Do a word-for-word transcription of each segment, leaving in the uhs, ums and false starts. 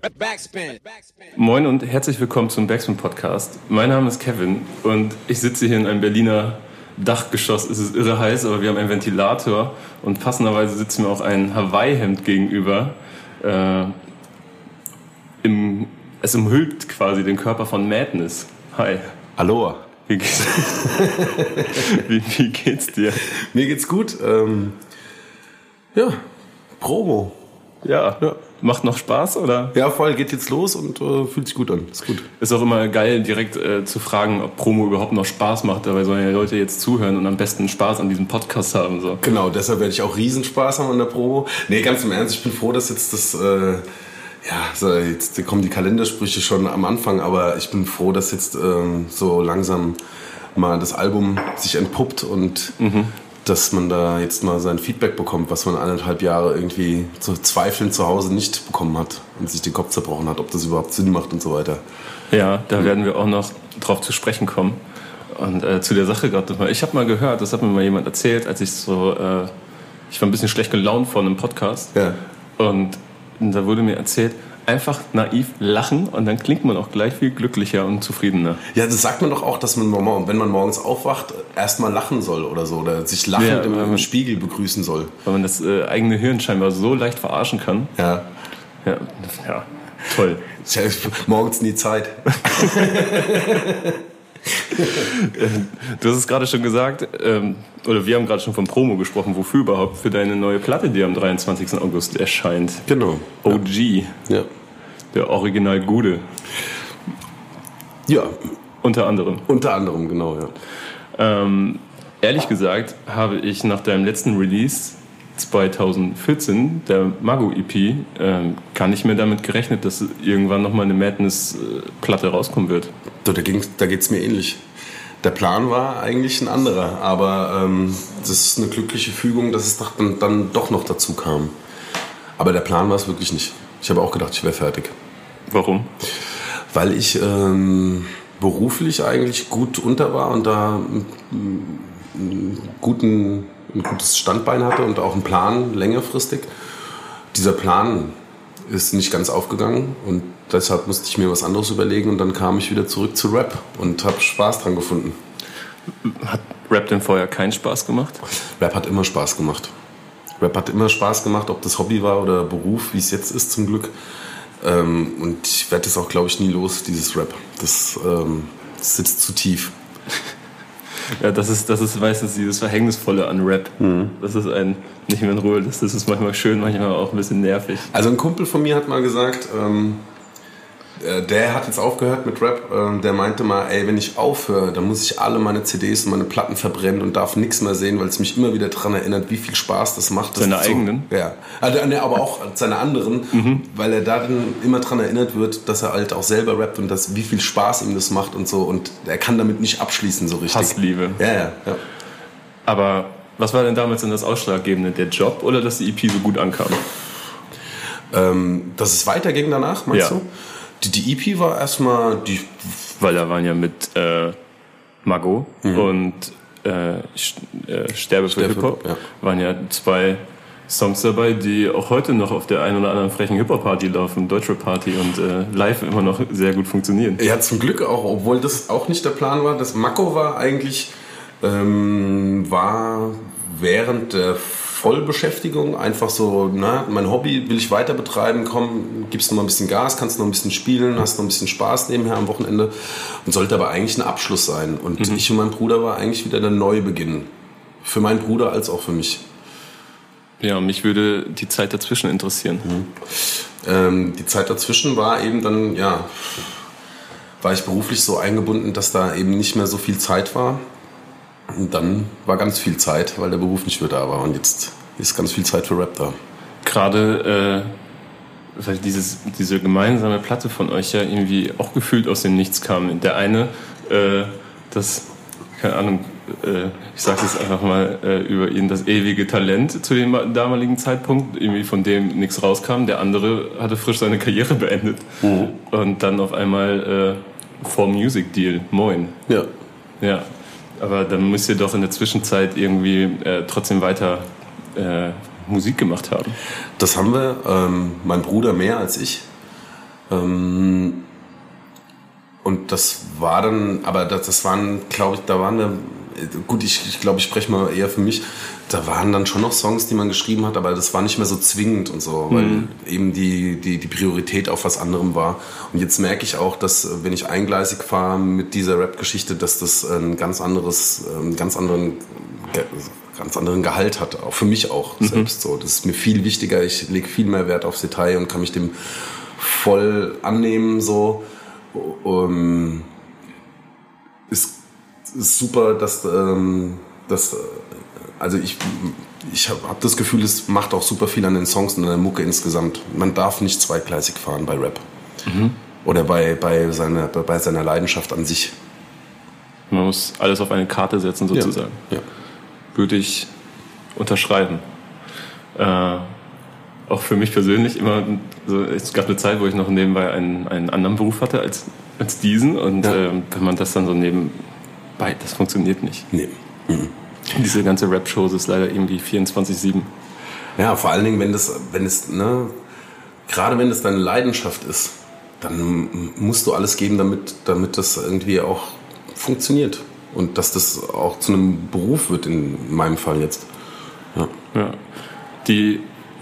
Backspin. Moin und herzlich willkommen zum Backspin Podcast. Mein Name ist Kevin und ich sitze hier in einem Berliner Dachgeschoss. Es ist irre heiß, aber wir haben einen Ventilator und passenderweise sitzt mir auch ein Hawaii-Hemd gegenüber. Äh, im, es umhüllt quasi den Körper von Madness. Hi. Aloha. Wie geht's, wie, wie geht's dir? Mir geht's gut. Ähm, ja, Promo. Ja. ja, macht noch Spaß, oder? Ja, voll, geht jetzt los und äh, fühlt sich gut an. Ist gut. Ist auch immer geil, direkt äh, zu fragen, ob Promo überhaupt noch Spaß macht. Dabei sollen ja Leute jetzt zuhören und am besten Spaß an diesem Podcast haben. So. Genau, deshalb werde ich auch Riesenspaß haben an der Promo. Nee, ganz im Ernst, ich bin froh, dass jetzt das... Äh, ja, so, jetzt kommen die Kalendersprüche schon am Anfang, aber ich bin froh, dass jetzt ähm, so langsam mal das Album sich entpuppt und mhm. dass man da jetzt mal sein Feedback bekommt, was man eineinhalb Jahre irgendwie zu zweifeln zu Hause nicht bekommen hat und sich den Kopf zerbrochen hat, ob das überhaupt Sinn macht und so weiter. Ja, da werden wir auch noch drauf zu sprechen kommen. Und äh, zu der Sache gerade mal. Ich habe mal gehört, das hat mir mal jemand erzählt, als ich so, äh, ich war ein bisschen schlecht gelaunt vor einem Podcast. Ja. Und Und da wurde mir erzählt, einfach naiv lachen und dann klingt man auch gleich viel glücklicher und zufriedener. Ja, das sagt man doch auch, dass man, wenn man morgens aufwacht, erstmal lachen soll oder so. Oder sich lachend ja, im, im Spiegel begrüßen soll. Weil man das äh, eigene Hirn scheinbar so leicht verarschen kann. Ja. Ja, ja, toll. Ich habe morgens nie Zeit. Du hast es gerade schon gesagt, ähm, oder wir haben gerade schon von Promo gesprochen, wofür überhaupt? Für deine neue Platte, die am dreiundzwanzigsten August erscheint. Genau. O G. Ja. Der Original Gude. Ja. Unter anderem. Unter anderem, genau, ja. Ähm, ehrlich gesagt habe ich nach deinem letzten Release zwanzig vierzehn, der Mago-E P, ähm, gar nicht mehr damit gerechnet, dass irgendwann nochmal eine Madness-Platte rauskommen wird. Da, da geht es mir ähnlich. Der Plan war eigentlich ein anderer, aber ähm, das ist eine glückliche Fügung, dass es dann, dann doch noch dazu kam. Aber der Plan war es wirklich nicht. Ich habe auch gedacht, ich wäre fertig. Warum? Weil ich ähm, beruflich eigentlich gut unter war und da einen guten... ein gutes Standbein hatte und auch einen Plan längerfristig. Dieser Plan ist nicht ganz aufgegangen und deshalb musste ich mir was anderes überlegen und dann kam ich wieder zurück zu Rap und habe Spaß dran gefunden. Hat Rap denn vorher keinen Spaß gemacht? Rap hat immer Spaß gemacht. Rap hat immer Spaß gemacht, ob das Hobby war oder Beruf, wie es jetzt ist zum Glück. Und ich werde das auch, glaube ich, nie los, dieses Rap. Das, das sitzt zu tief. Ja, das ist, das ist meistens dieses Verhängnisvolle an Rap. Mhm. Das ist ein nicht mehr in Ruhe. Das, das ist manchmal schön, manchmal auch ein bisschen nervig. Also ein Kumpel von mir hat mal gesagt, ähm, der hat jetzt aufgehört mit Rap, ähm, der meinte mal, ey, wenn ich aufhöre, dann muss ich alle meine C Ds und meine Platten verbrennen und darf nichts mehr sehen, weil es mich immer wieder daran erinnert, wie viel Spaß das macht. Das seine so, eigenen? Ja, also, aber auch seine anderen, mhm. weil er da dann immer daran erinnert wird, dass er halt auch selber rappt und dass, wie viel Spaß ihm das macht und so und er kann damit nicht abschließen so richtig. Hassliebe. Ja, ja, ja. Aber was war denn damals denn das Ausschlaggebende? Der Job oder dass die E P so gut ankam? Ähm, dass es weiterging danach, meinst ja. du? Die, die E P war erstmal die. Weil da waren ja mit äh, Mago mhm. und äh, Sterbe für Hip-Hop ja. waren ja zwei Songs dabei, die auch heute noch auf der einen oder anderen frechen Hip-Hop-Party laufen, Deutschrap-Party und äh, live immer noch sehr gut funktionieren. Ja, zum Glück auch, obwohl das auch nicht der Plan war. Das Mago war eigentlich ähm, war während der Vollbeschäftigung, einfach so, na, mein Hobby will ich weiter betreiben, komm, gibst noch mal ein bisschen Gas, kannst noch ein bisschen spielen, hast noch ein bisschen Spaß nebenher am Wochenende und sollte aber eigentlich ein Abschluss sein. Und mhm. ich und mein Bruder war eigentlich wieder der Neubeginn. Für meinen Bruder als auch für mich. Ja, mich würde die Zeit dazwischen interessieren. Mhm. Ähm, die Zeit dazwischen war eben dann, ja, war ich beruflich so eingebunden, dass da eben nicht mehr so viel Zeit war. Und dann war ganz viel Zeit, weil der Beruf nicht mehr da war. Und jetzt ist ganz viel Zeit für Rap da. Gerade, äh, weil dieses, diese gemeinsame Platte von euch ja irgendwie auch gefühlt aus dem Nichts kam. Der eine, äh, das, keine Ahnung, äh, ich sage es einfach mal äh, über ihn, das ewige Talent zu dem damaligen Zeitpunkt, irgendwie von dem nichts rauskam. Der andere hatte frisch seine Karriere beendet. Mhm. Und dann auf einmal äh, For Music Deal. Moin. Ja. Ja. Aber dann müsst ihr doch in der Zwischenzeit irgendwie äh, trotzdem weiter äh, Musik gemacht haben. Das haben wir. Ähm, mein Bruder mehr als ich. Ähm, und das war dann, aber das, das waren, glaube ich, da waren wir, gut, ich, ich glaube, ich spreche mal eher für mich, da waren dann schon noch Songs, die man geschrieben hat, aber das war nicht mehr so zwingend und so, weil mhm. eben die, die, die Priorität auf was anderem war. Und jetzt merke ich auch, dass, wenn ich eingleisig fahre mit dieser Rap-Geschichte, dass das ein ganz anderes, einen ganz anderen, ganz anderen Gehalt hat, auch für mich auch mhm. selbst so. Das ist mir viel wichtiger, ich lege viel mehr Wert aufs Detail und kann mich dem voll annehmen, so. Um, ist, ist super, dass, ähm, dass also ich, ich habe hab das Gefühl, es macht auch super viel an den Songs und an der Mucke insgesamt. Man darf nicht zweigleisig fahren bei Rap. Mhm. Oder bei, bei, seiner, bei seiner Leidenschaft an sich. Man muss alles auf eine Karte setzen, sozusagen. Ja. Ja. Würde ich unterschreiben. Äh, auch für mich persönlich immer, so, es gab eine Zeit, wo ich noch nebenbei einen, einen anderen Beruf hatte als, als diesen. Und ja. äh, wenn man das dann so nebenbei, das funktioniert nicht. Nee. Mhm. Diese ganze Rap-Show ist leider irgendwie vierundzwanzig sieben. Ja, vor allen Dingen, wenn das, wenn es, ne, gerade wenn das deine Leidenschaft ist, dann musst du alles geben, damit, damit das irgendwie auch funktioniert. Und dass das auch zu einem Beruf wird, in meinem Fall jetzt. Ja. Ja. Die,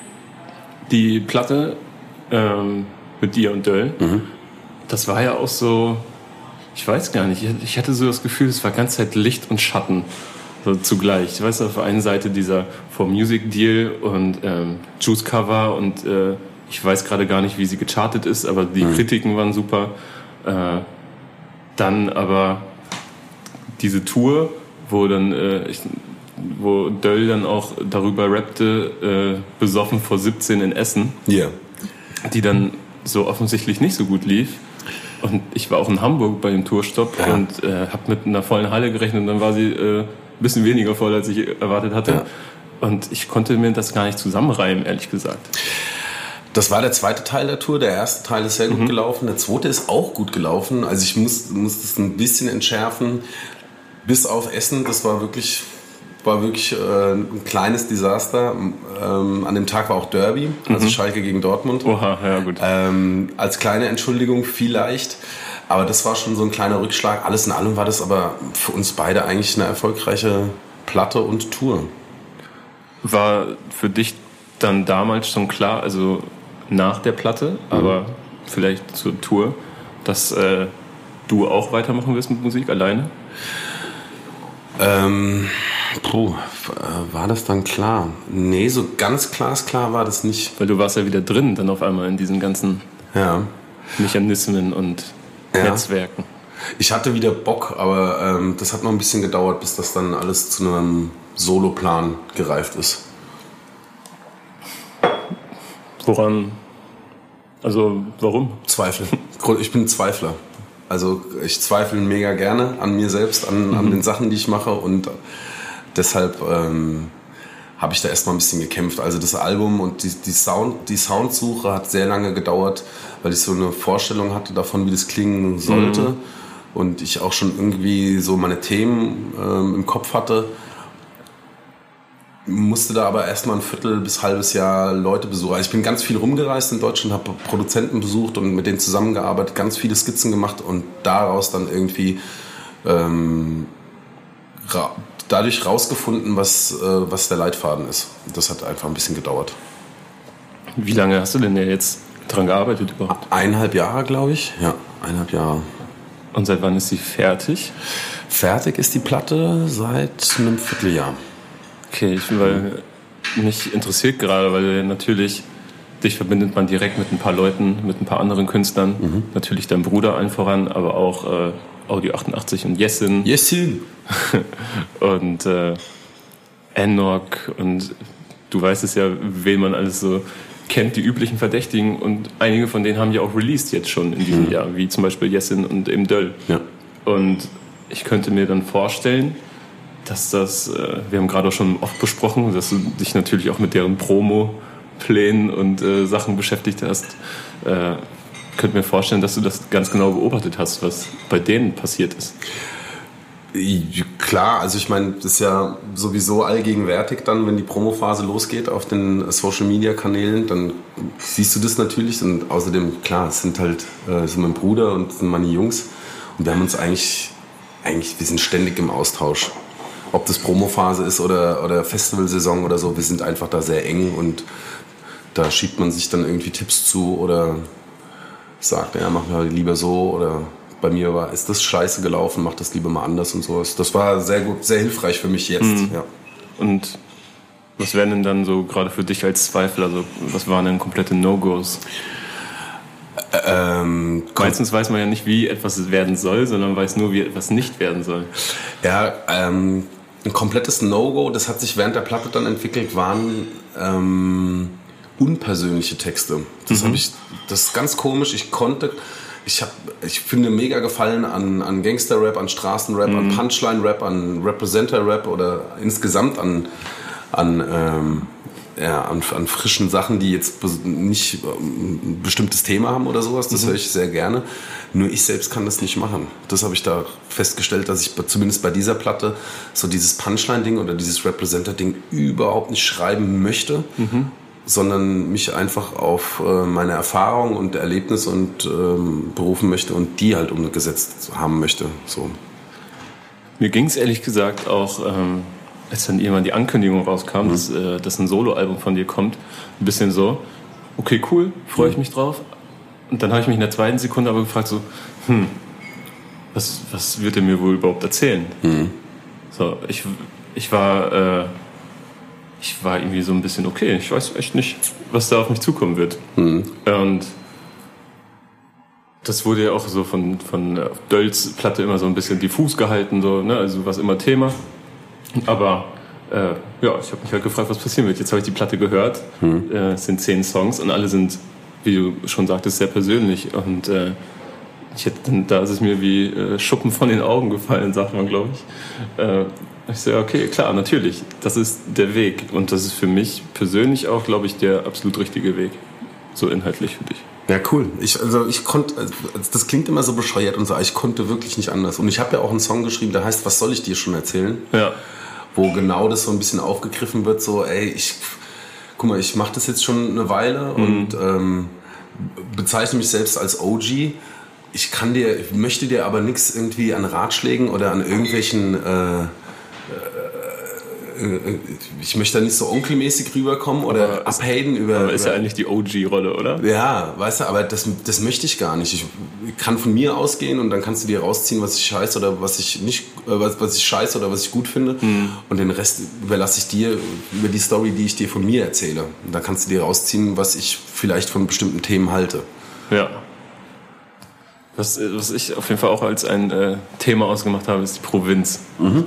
die Platte ähm, mit dir und Döll, mhm. das war ja auch so, ich weiß gar nicht, ich hatte so das Gefühl, es war die ganze Zeit Licht und Schatten. So zugleich. Ich weiß, auf der einen Seite dieser For Music Deal und ähm, Juice Cover und äh, ich weiß gerade gar nicht, wie sie gechartet ist, aber die mhm. Kritiken waren super. Äh, dann aber diese Tour, wo dann äh, ich, wo Döll dann auch darüber rappte, äh, besoffen vor siebzehn in Essen, yeah. die dann so offensichtlich nicht so gut lief. Und ich war auch in Hamburg bei dem Tourstopp ja. und äh, habe mit einer vollen Halle gerechnet und dann war sie äh, ein bisschen weniger voll, als ich erwartet hatte. Ja. Und ich konnte mir das gar nicht zusammenreimen, ehrlich gesagt. Das war der zweite Teil der Tour. Der erste Teil ist sehr gut mhm. gelaufen. Der zweite ist auch gut gelaufen. Also ich muss, muss das ein bisschen entschärfen. Bis auf Essen, das war wirklich, war wirklich äh, ein kleines Desaster. Ähm, an dem Tag war auch Derby, also mhm. Schalke gegen Dortmund. Oha, ja gut. Ähm, als kleine Entschuldigung vielleicht. Aber das war schon so ein kleiner Rückschlag. Alles in allem war das aber für uns beide eigentlich eine erfolgreiche Platte und Tour. War für dich dann damals schon klar, also nach der Platte, mhm. aber vielleicht zur Tour, dass äh, du auch weitermachen wirst mit Musik alleine? Ähm, puh, war das dann klar? Nee, so ganz glasklar war das nicht. Weil du warst ja wieder drin, dann auf einmal in diesen ganzen ja. Mechanismen und ja. Netzwerken. Ich hatte wieder Bock, aber ähm, das hat noch ein bisschen gedauert, bis das dann alles zu einem Soloplan gereift ist. Woran? Also warum? Zweifel. Ich bin ein Zweifler. Also ich zweifle mega gerne an mir selbst, an, mhm. an den Sachen, die ich mache und deshalb ähm, habe ich da erstmal ein bisschen gekämpft. Also das Album und die, die, Sound, die Soundsuche hat sehr lange gedauert, weil ich so eine Vorstellung hatte davon, wie das klingen sollte mhm. und ich auch schon irgendwie so meine Themen ähm, im Kopf hatte. Musste da aber erstmal ein Viertel bis halbes Jahr Leute besuchen. Also ich bin ganz viel rumgereist in Deutschland, habe Produzenten besucht und mit denen zusammengearbeitet, ganz viele Skizzen gemacht und daraus dann irgendwie ähm, ra- dadurch rausgefunden, was, äh, was der Leitfaden ist. Das hat einfach ein bisschen gedauert. Wie lange hast du denn jetzt dran gearbeitet überhaupt? Eineinhalb Jahre, glaube ich. Ja, eineinhalb Jahre. Und seit wann ist sie fertig? Fertig ist die Platte seit einem Vierteljahr. Okay, ich, weil mich interessiert gerade, weil natürlich dich verbindet man direkt mit ein paar Leuten, mit ein paar anderen Künstlern. Mhm. Natürlich dein Bruder allen voran, aber auch äh, Audio achtundachtzig und Jessin. Jessin! und äh, Enoch und du weißt es ja, wen man alles so kennt, die üblichen Verdächtigen und einige von denen haben ja auch released jetzt schon in diesem mhm. Jahr, wie zum Beispiel Jessin und eben Döll. Ja. Und ich könnte mir dann vorstellen, dass das, äh, wir haben gerade auch schon oft besprochen, dass du dich natürlich auch mit deren Promo-Plänen und äh, Sachen beschäftigt hast. Äh, könnte mir vorstellen, dass du das ganz genau beobachtet hast, was bei denen passiert ist. Klar, also ich meine, das ist ja sowieso allgegenwärtig dann, wenn die Promophase losgeht auf den Social-Media-Kanälen, dann siehst du das natürlich und außerdem, klar, es sind halt äh, sind mein Bruder und sind meine Jungs und wir haben uns eigentlich, eigentlich, wir sind ständig im Austausch. Ob das Promophase ist oder, oder Festivalsaison oder so, wir sind einfach da sehr eng und da schiebt man sich dann irgendwie Tipps zu oder sagt, ja, mach mal lieber so oder bei mir war, ist das scheiße gelaufen, mach das lieber mal anders und so. Das war sehr gut, sehr hilfreich für mich jetzt. Mhm. Ja. Und was wären denn dann so gerade für dich als Zweifler, also was waren denn komplette No-Gos? Ähm, Meistens weiß man ja nicht, wie etwas werden soll, sondern weiß nur, wie etwas nicht werden soll. Ja, ähm, ein komplettes No-Go, das hat sich während der Platte dann entwickelt, waren ähm, unpersönliche Texte. Das mhm. habe ich, das ist ganz komisch. Ich konnte Ich, hab, ich finde mega Gefallen an, an Gangster-Rap, an Straßenrap, mhm. an Punchline-Rap, an Representer-Rap oder insgesamt an, an, ähm, ja, an, an frischen Sachen, die jetzt nicht ein bestimmtes Thema haben oder sowas. Das mhm. höre ich sehr gerne. Nur ich selbst kann das nicht machen. Das habe ich da festgestellt, dass ich zumindest bei dieser Platte so dieses Punchline-Ding oder dieses Representer-Ding überhaupt nicht schreiben möchte. Mhm. sondern mich einfach auf äh, meine Erfahrung und Erlebnis und ähm, berufen möchte und die halt umgesetzt haben möchte. So. Mir ging es ehrlich gesagt auch, ähm, als dann irgendwann die Ankündigung rauskam, mhm. dass, äh, dass ein Soloalbum von dir kommt, ein bisschen so, okay, cool, freue ich mich drauf. Und dann habe ich mich in der zweiten Sekunde aber gefragt, so, hm, was, was wird er mir wohl überhaupt erzählen? Mhm. So, ich, ich war... Äh, Ich war irgendwie so ein bisschen, okay, ich weiß echt nicht, was da auf mich zukommen wird. Mhm. Und das wurde ja auch so von, von Dölls Platte immer so ein bisschen diffus gehalten, so, ne? Also was immer Thema. Aber äh, ja, ich habe mich halt gefragt, was passieren wird. Jetzt habe ich die Platte gehört, mhm. äh, es sind zehn Songs und alle sind, wie du schon sagtest, sehr persönlich. Und äh, ich hätte, da ist es mir wie äh, Schuppen von den Augen gefallen, sagt man, glaube ich. Äh, Ich sage, okay, klar, natürlich, das ist der Weg. Und das ist für mich persönlich auch, glaube ich, der absolut richtige Weg. So inhaltlich für dich. Ja, cool. Ich, also ich konnte, das klingt immer so bescheuert und so, ich konnte wirklich nicht anders. Und ich habe ja auch einen Song geschrieben, der heißt, was soll ich dir schon erzählen? Ja. Wo genau das so ein bisschen aufgegriffen wird, so, ey, ich, guck mal, ich mache das jetzt schon eine Weile mhm. und ähm, bezeichne mich selbst als O G. Ich kann dir, ich möchte dir aber nichts irgendwie an Ratschlägen oder an irgendwelchen äh, ich möchte da nicht so onkelmäßig rüberkommen oder aber abhaten über... Aber ist über, ja eigentlich die O G-Rolle, oder? Ja, weißt du, aber das, das möchte ich gar nicht. Ich kann von mir ausgehen und dann kannst du dir rausziehen, was ich scheiße oder was ich nicht, was, was ich scheiße oder was ich gut finde. Mhm. Und den Rest überlasse ich dir über die Story, die ich dir von mir erzähle. Und da kannst du dir rausziehen, was ich vielleicht von bestimmten Themen halte. Ja. Was, was ich auf jeden Fall auch als ein äh, Thema ausgemacht habe, ist die Provinz. Mhm.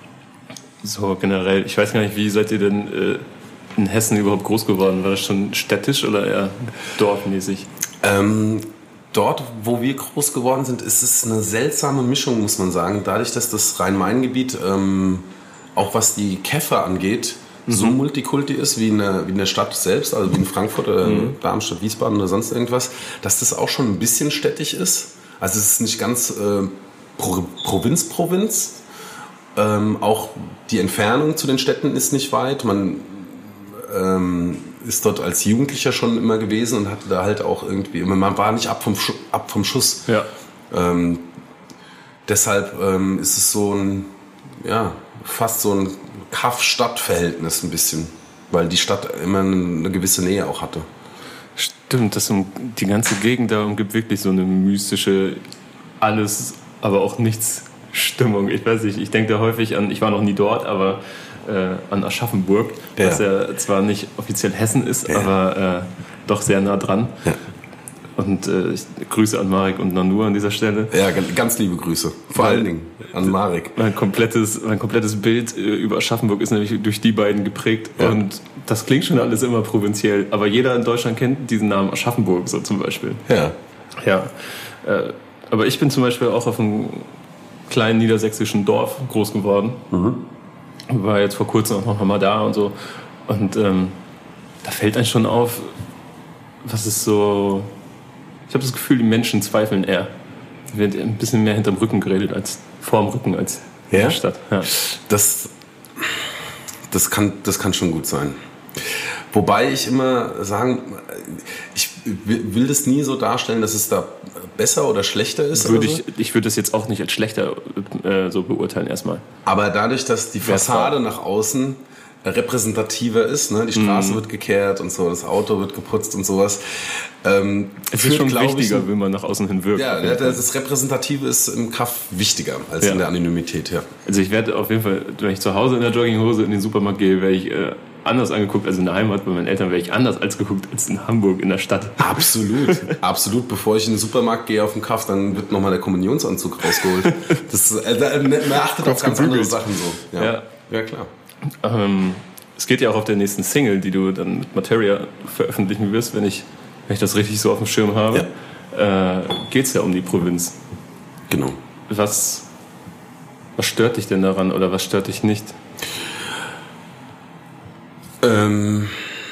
So generell, ich weiß gar nicht, wie seid ihr denn äh, in Hessen überhaupt groß geworden? War das schon städtisch oder eher dorfmäßig? Ähm, dort, wo wir groß geworden sind, ist es eine seltsame Mischung, muss man sagen. Dadurch, dass das Rhein-Main-Gebiet, ähm, auch was die Käfer angeht, mhm. so multikulti ist wie in, der, wie in der Stadt selbst, also wie in Frankfurt oder mhm. Darmstadt, Wiesbaden oder sonst irgendwas, dass das auch schon ein bisschen städtisch ist. Also es ist nicht ganz äh, Pro- Provinz, Provinz. Ähm, auch die Entfernung zu den Städten ist nicht weit. Man ähm, ist dort als Jugendlicher schon immer gewesen und hatte da halt auch irgendwie, man war nicht ab vom, Schu- ab vom Schuss. Ja. Ähm, deshalb ähm, ist es so ein, ja, fast so ein Kaff-Stadt-Verhältnis ein bisschen, weil die Stadt immer eine gewisse Nähe auch hatte. Stimmt, das um, die ganze Gegend da umgibt wirklich so eine mystische, alles, aber auch nichts Stimmung. Ich weiß nicht, ich denke da häufig an, ich war noch nie dort, aber äh, an Aschaffenburg, ja. was ja zwar nicht offiziell Hessen ist, ja. aber äh, doch sehr nah dran. Ja. Und äh, ich Grüße an Marek und Nanu an dieser Stelle. Ja, ganz liebe Grüße. Vor Weil, allen Dingen an Marek. Mein komplettes, mein komplettes Bild über Aschaffenburg ist nämlich durch die beiden geprägt. Ja. Und das klingt schon alles immer provinziell. Aber jeder in Deutschland kennt diesen Namen Aschaffenburg so zum Beispiel. Ja. Ja. Äh, aber ich bin zum Beispiel auch auf einem kleinen niedersächsischen Dorf groß geworden. Mhm. War jetzt vor kurzem auch noch mal da und so. Und ähm, da fällt einem schon auf, was ist so... Ich habe das Gefühl, die Menschen zweifeln eher. Es wird ein bisschen mehr hinterm Rücken geredet als vorm Rücken, als in der Stadt. Ja. Das, das, kann, das kann schon gut sein. Wobei ich immer sagen, ich will das nie so darstellen, dass es da besser oder schlechter ist. Würde oder so. ich, ich würde das jetzt auch nicht als schlechter äh, so beurteilen erstmal. Aber dadurch, dass die Fassade nach außen repräsentativer ist, ne? Die Straße mm. wird gekehrt und so, das Auto wird geputzt und sowas. Ähm, es ist schon wichtiger, ich, wenn man nach außen hin wirkt. Ja, das Repräsentative ist im Kaff wichtiger als ja. in der Anonymität. Ja. Also ich werde auf jeden Fall, wenn ich zu Hause in der Jogginghose in den Supermarkt gehe, werde ich äh, anders angeguckt als in der Heimat. Bei meinen Eltern wäre ich anders als geguckt als in Hamburg in der Stadt. Absolut, absolut. Bevor ich in den Supermarkt gehe auf den Kaff, dann wird nochmal der Kommunionsanzug rausgeholt. Das, äh, man achtet auf ganz andere Sachen so. Ja, ja. ja klar. Ähm, es geht ja auch auf der nächsten Single, die du dann mit Materia veröffentlichen wirst, wenn ich, wenn ich das richtig so auf dem Schirm habe. Ja. Äh, geht es ja um die Provinz. Genau. Was, was stört dich denn daran oder was stört dich nicht? Ähm,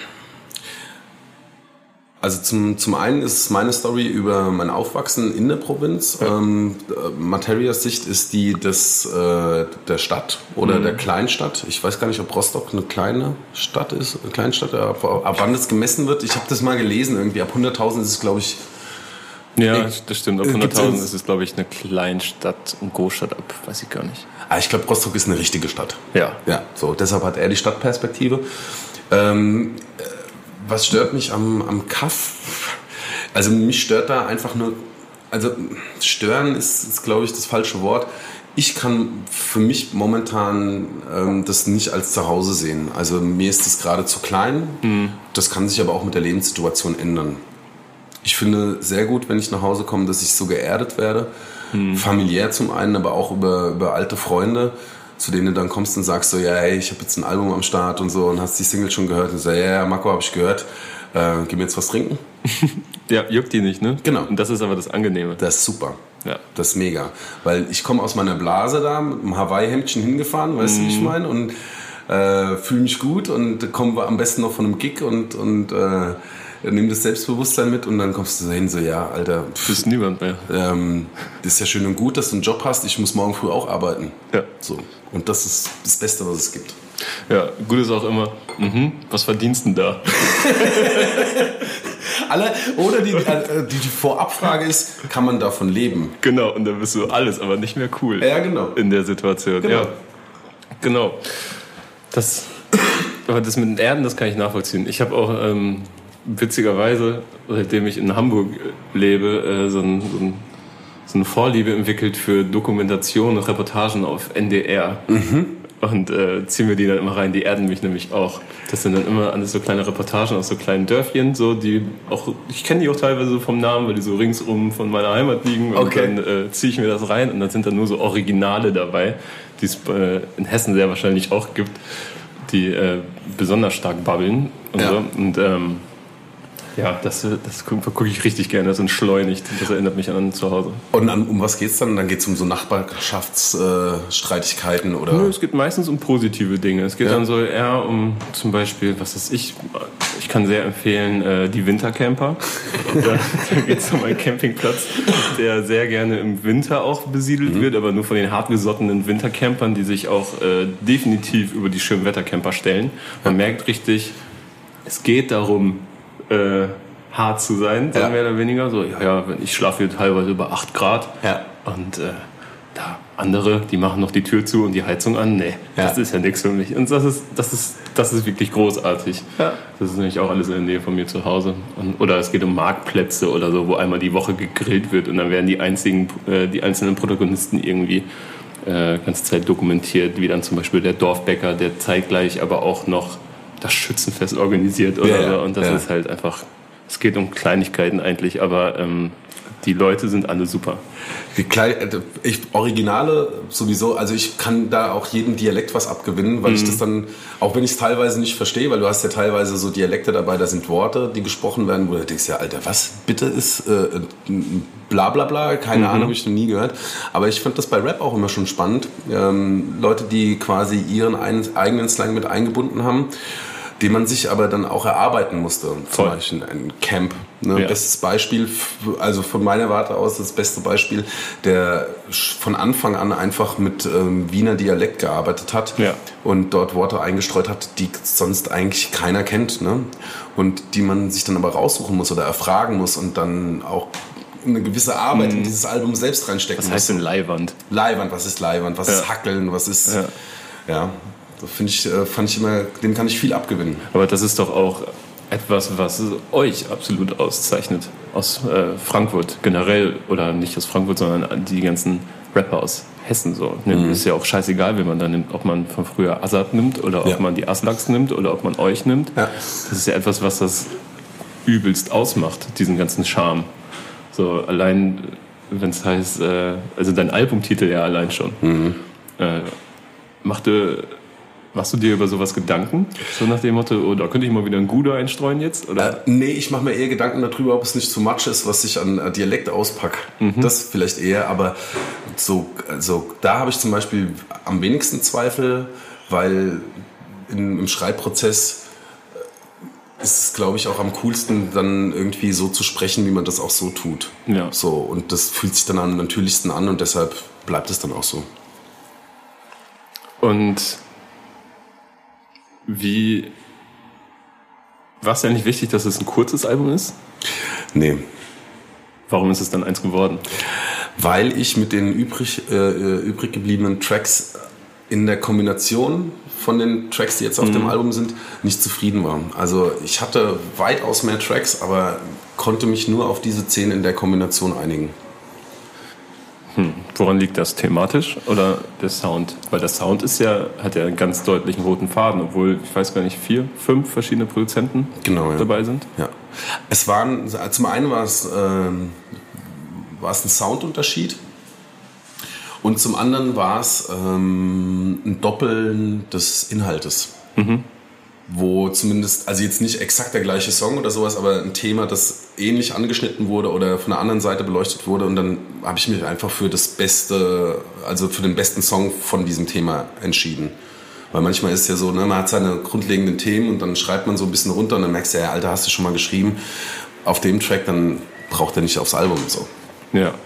also zum, zum einen ist es meine Story über mein Aufwachsen in der Provinz. Ja. Ähm, Materias Sicht ist die des, äh, der Stadt oder mhm. der Kleinstadt. Ich weiß gar nicht, ob Rostock eine kleine Stadt ist, eine Kleinstadt, ab, ab wann das gemessen wird. Ich habe das mal gelesen, irgendwie ab hunderttausend ist es, glaube ich... Ja, das stimmt. Ab hunderttausend ist es, glaube ich, eine Kleinstadt und Großstadt ab, weiß ich gar nicht. Ah, ich glaube, Rostock ist eine richtige Stadt. Ja. Ja, so, deshalb hat er die Stadtperspektive. Ähm, was stört mich am, am Kaff? Also mich stört da einfach nur, also stören ist, ist glaube ich, das falsche Wort. Ich kann für mich momentan ähm, das nicht als Zuhause sehen. Also mir ist das gerade zu klein. Mhm. Das kann sich aber auch mit der Lebenssituation ändern. Ich finde sehr gut, wenn ich nach Hause komme, dass ich so geerdet werde. Mhm. Familiär zum einen, aber auch über, über alte Freunde, zu denen du dann kommst und sagst so, ja, hey, ich habe jetzt ein Album am Start und so und hast die Single schon gehört und so, ja, ja, Marco, habe ich gehört. Äh, gib mir jetzt was trinken. Ja, juckt die nicht, ne? Genau. Und das ist aber das Angenehme. Das ist super. Ja. Das ist mega. Weil ich komme aus meiner Blase da mit einem Hawaii-Hemdchen hingefahren, weißt mhm. du, wie ich meine? Und äh, fühle mich gut und komme am besten noch von einem Gig und, und äh, nimm das Selbstbewusstsein mit und dann kommst du dahin so, ja, Alter, pff, bist niemand mehr. Ähm, das ist ja schön und gut, dass du einen Job hast, ich muss morgen früh auch arbeiten. Ja. So. Und das ist das Beste, was es gibt. Ja, gut ist auch immer, mhm, was verdienst du denn da? Alle, oder die, die, die Vorabfrage ist, kann man davon leben? Genau, und dann bist du alles, aber nicht mehr cool. Ja, genau. In der Situation, genau. Ja. Genau. Das, aber das mit den Erden, das kann ich nachvollziehen. Ich habe auch... Ähm, witzigerweise, seitdem ich in Hamburg lebe, so, ein, so, ein, so eine Vorliebe entwickelt für Dokumentation und Reportagen auf N D R. Mhm. Und äh, ziehen wir die dann immer rein. Die erden mich nämlich auch. Das sind dann immer alles so kleine Reportagen aus so kleinen Dörfchen, so, die auch, ich kenne die auch teilweise so vom Namen, weil die so ringsum von meiner Heimat liegen. Und okay. dann äh, ziehe ich mir das rein und dann sind dann nur so Originale dabei, die es äh, in Hessen sehr wahrscheinlich auch gibt, die äh, besonders stark babbeln und ja. so. Und ähm, ja, das, das gucke ich richtig gerne, das entschleunigt. Das erinnert mich an zu Hause. Und an, um was geht's dann? Dann geht's um so Nachbarschaftsstreitigkeiten äh, oder? Nö, es geht meistens um positive Dinge. Es geht ja. dann so eher um zum Beispiel, was weiß ich, ich kann sehr empfehlen, äh, die Wintercamper. da da geht es um einen Campingplatz, der sehr gerne im Winter auch besiedelt mhm. wird, aber nur von den hartgesottenen Wintercampern, die sich auch äh, definitiv über die Schönwettercamper stellen. Man ja. merkt richtig, es geht darum, Äh, hart zu sein, ja. mehr oder weniger. So, ja, ja, ich schlafe hier teilweise über acht Grad. Ja. Und äh, da andere, die machen noch die Tür zu und die Heizung an. Nee, ja. das ist ja nichts für mich. Und das ist, das ist, das ist wirklich großartig. Ja. Das ist nämlich auch alles in der Nähe von mir zu Hause. Und, oder es geht um Marktplätze oder so, wo einmal die Woche gegrillt wird und dann werden die einzigen, äh, die einzelnen Protagonisten irgendwie äh, ganze Zeit dokumentiert, wie dann zum Beispiel der Dorfbäcker, der zeitgleich aber auch noch das Schützenfest organisiert oder ja, so. Und das ja. ist halt einfach, es geht um Kleinigkeiten eigentlich, aber ähm, die Leute sind alle super. Die Kleine, ich, Originale sowieso, also ich kann da auch jedem Dialekt was abgewinnen, weil mhm. ich das dann, auch wenn ich es teilweise nicht verstehe, weil du hast ja teilweise so Dialekte dabei, da sind Worte, die gesprochen werden, wo du denkst, ja Alter, was bitte ist äh, bla bla bla, keine mhm. Ahnung, habe ich noch nie gehört. Aber ich fand das bei Rap auch immer schon spannend. Ähm, Leute, die quasi ihren eigenen Slang mit eingebunden haben. den man sich aber dann auch erarbeiten musste. Zum Voll. Beispiel ein Camp. Ne? Ja. Bestes Beispiel, also von meiner Warte aus das beste Beispiel, der von Anfang an einfach mit ähm, Wiener Dialekt gearbeitet hat Ja. und dort Worte eingestreut hat, die sonst eigentlich keiner kennt. Ne? Und die man sich dann aber raussuchen muss oder erfragen muss und dann auch eine gewisse Arbeit in dieses Album selbst reinstecken Was heißt muss. denn Leihwand? Leihwand, was ist Leihwand, was Ja. ist Hackeln, was ist... Ja. Ja, das finde ich, äh, fand ich immer, dem kann ich viel abgewinnen. Aber das ist doch auch etwas, was euch absolut auszeichnet. Aus äh, Frankfurt generell, oder nicht aus Frankfurt, sondern die ganzen Rapper aus Hessen. So. Mhm. Ist ja auch scheißegal, wen man da nimmt, ob man von früher Azad nimmt oder ob Ja. man die Aslaks nimmt oder ob man euch nimmt. Ja. Das ist ja etwas, was das übelst ausmacht, diesen ganzen Charme. So allein, wenn es heißt, äh, also dein Albumtitel ja allein schon. Mhm. Äh, machte, machst du dir über sowas Gedanken? So nach dem Motto, oh, da könnte ich mal wieder einen Gude einstreuen jetzt? Oder? Äh, nee, ich mache mir eher Gedanken darüber, ob es nicht zu much ist, was ich an äh, Dialekt auspacke. Mhm. Das vielleicht eher, aber so, also, da habe ich zum Beispiel am wenigsten Zweifel, weil in, im Schreibprozess ist es, glaube ich, auch am coolsten, dann irgendwie so zu sprechen, wie man das auch so tut. Ja. So, und das fühlt sich dann am natürlichsten an und deshalb bleibt es dann auch so. Und wie... War es ja nicht wichtig, dass es ein kurzes Album ist? Nee. Warum ist es dann eins geworden? Weil ich mit den übrig, äh, übrig gebliebenen Tracks in der Kombination von den Tracks, die jetzt auf mhm. dem Album sind, nicht zufrieden war. Also ich hatte weitaus mehr Tracks, aber konnte mich nur auf diese zehn in der Kombination einigen. Hm. Woran liegt das? Thematisch oder der Sound? Weil der Sound ist ja, hat ja einen ganz deutlichen roten Faden, obwohl, ich weiß gar nicht, vier, fünf verschiedene Produzenten genau, ja. dabei sind. Ja. Es waren, zum einen war es, ähm, war es ein Soundunterschied und zum anderen war es ähm, ein Doppeln des Inhaltes. Mhm. Wo zumindest, also jetzt nicht exakt der gleiche Song oder sowas, aber ein Thema, das ähnlich angeschnitten wurde oder von der anderen Seite beleuchtet wurde und dann habe ich mich einfach für das beste, also für den besten Song von diesem Thema entschieden. Weil manchmal ist es ja so, ne, man hat seine grundlegenden Themen und dann schreibt man so ein bisschen runter und dann merkst du, ja, Alter, hast du schon mal geschrieben auf dem Track, dann braucht er nicht aufs Album und so. Ja.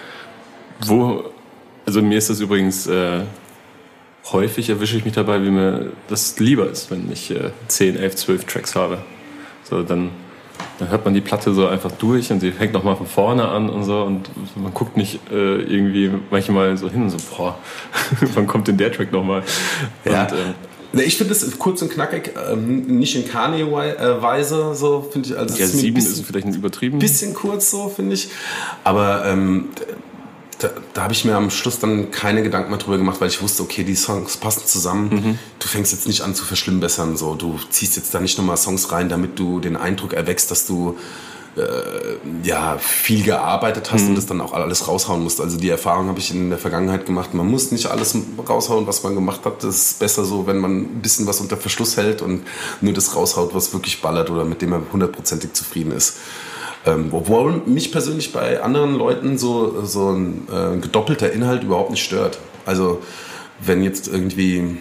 Wo, also mir ist das übrigens... Äh häufig erwische ich mich dabei, wie mir das lieber ist, wenn ich äh, zehn, elf, zwölf Tracks habe. So, dann, dann hört man die Platte so einfach durch und sie fängt nochmal von vorne an und so und man guckt nicht äh, irgendwie manchmal so hin und so, boah, wann kommt denn der Track nochmal? Ja. Und, ähm, ich finde das kurz und knackig, ähm, nicht in Kanye-Weise, so finde ich. Also ja, ist mir sieben ein bisschen, ist vielleicht ein übertrieben. Bisschen kurz so, finde ich. Aber ähm, Da, da habe ich mir am Schluss dann keine Gedanken mehr drüber gemacht, weil ich wusste, okay, die Songs passen zusammen. Mhm. Du fängst jetzt nicht an zu verschlimmbessern. So. Du ziehst jetzt da nicht nochmal Songs rein, damit du den Eindruck erweckst, dass du äh, ja, viel gearbeitet hast mhm. und das dann auch alles raushauen musst. Also die Erfahrung habe ich in der Vergangenheit gemacht. Man muss nicht alles raushauen, was man gemacht hat. Das ist besser so, wenn man ein bisschen was unter Verschluss hält und nur das raushaut, was wirklich ballert oder mit dem man hundertprozentig zufrieden ist. Ähm, obwohl mich persönlich bei anderen Leuten so, so ein äh, gedoppelter Inhalt überhaupt nicht stört. Also wenn jetzt irgendwie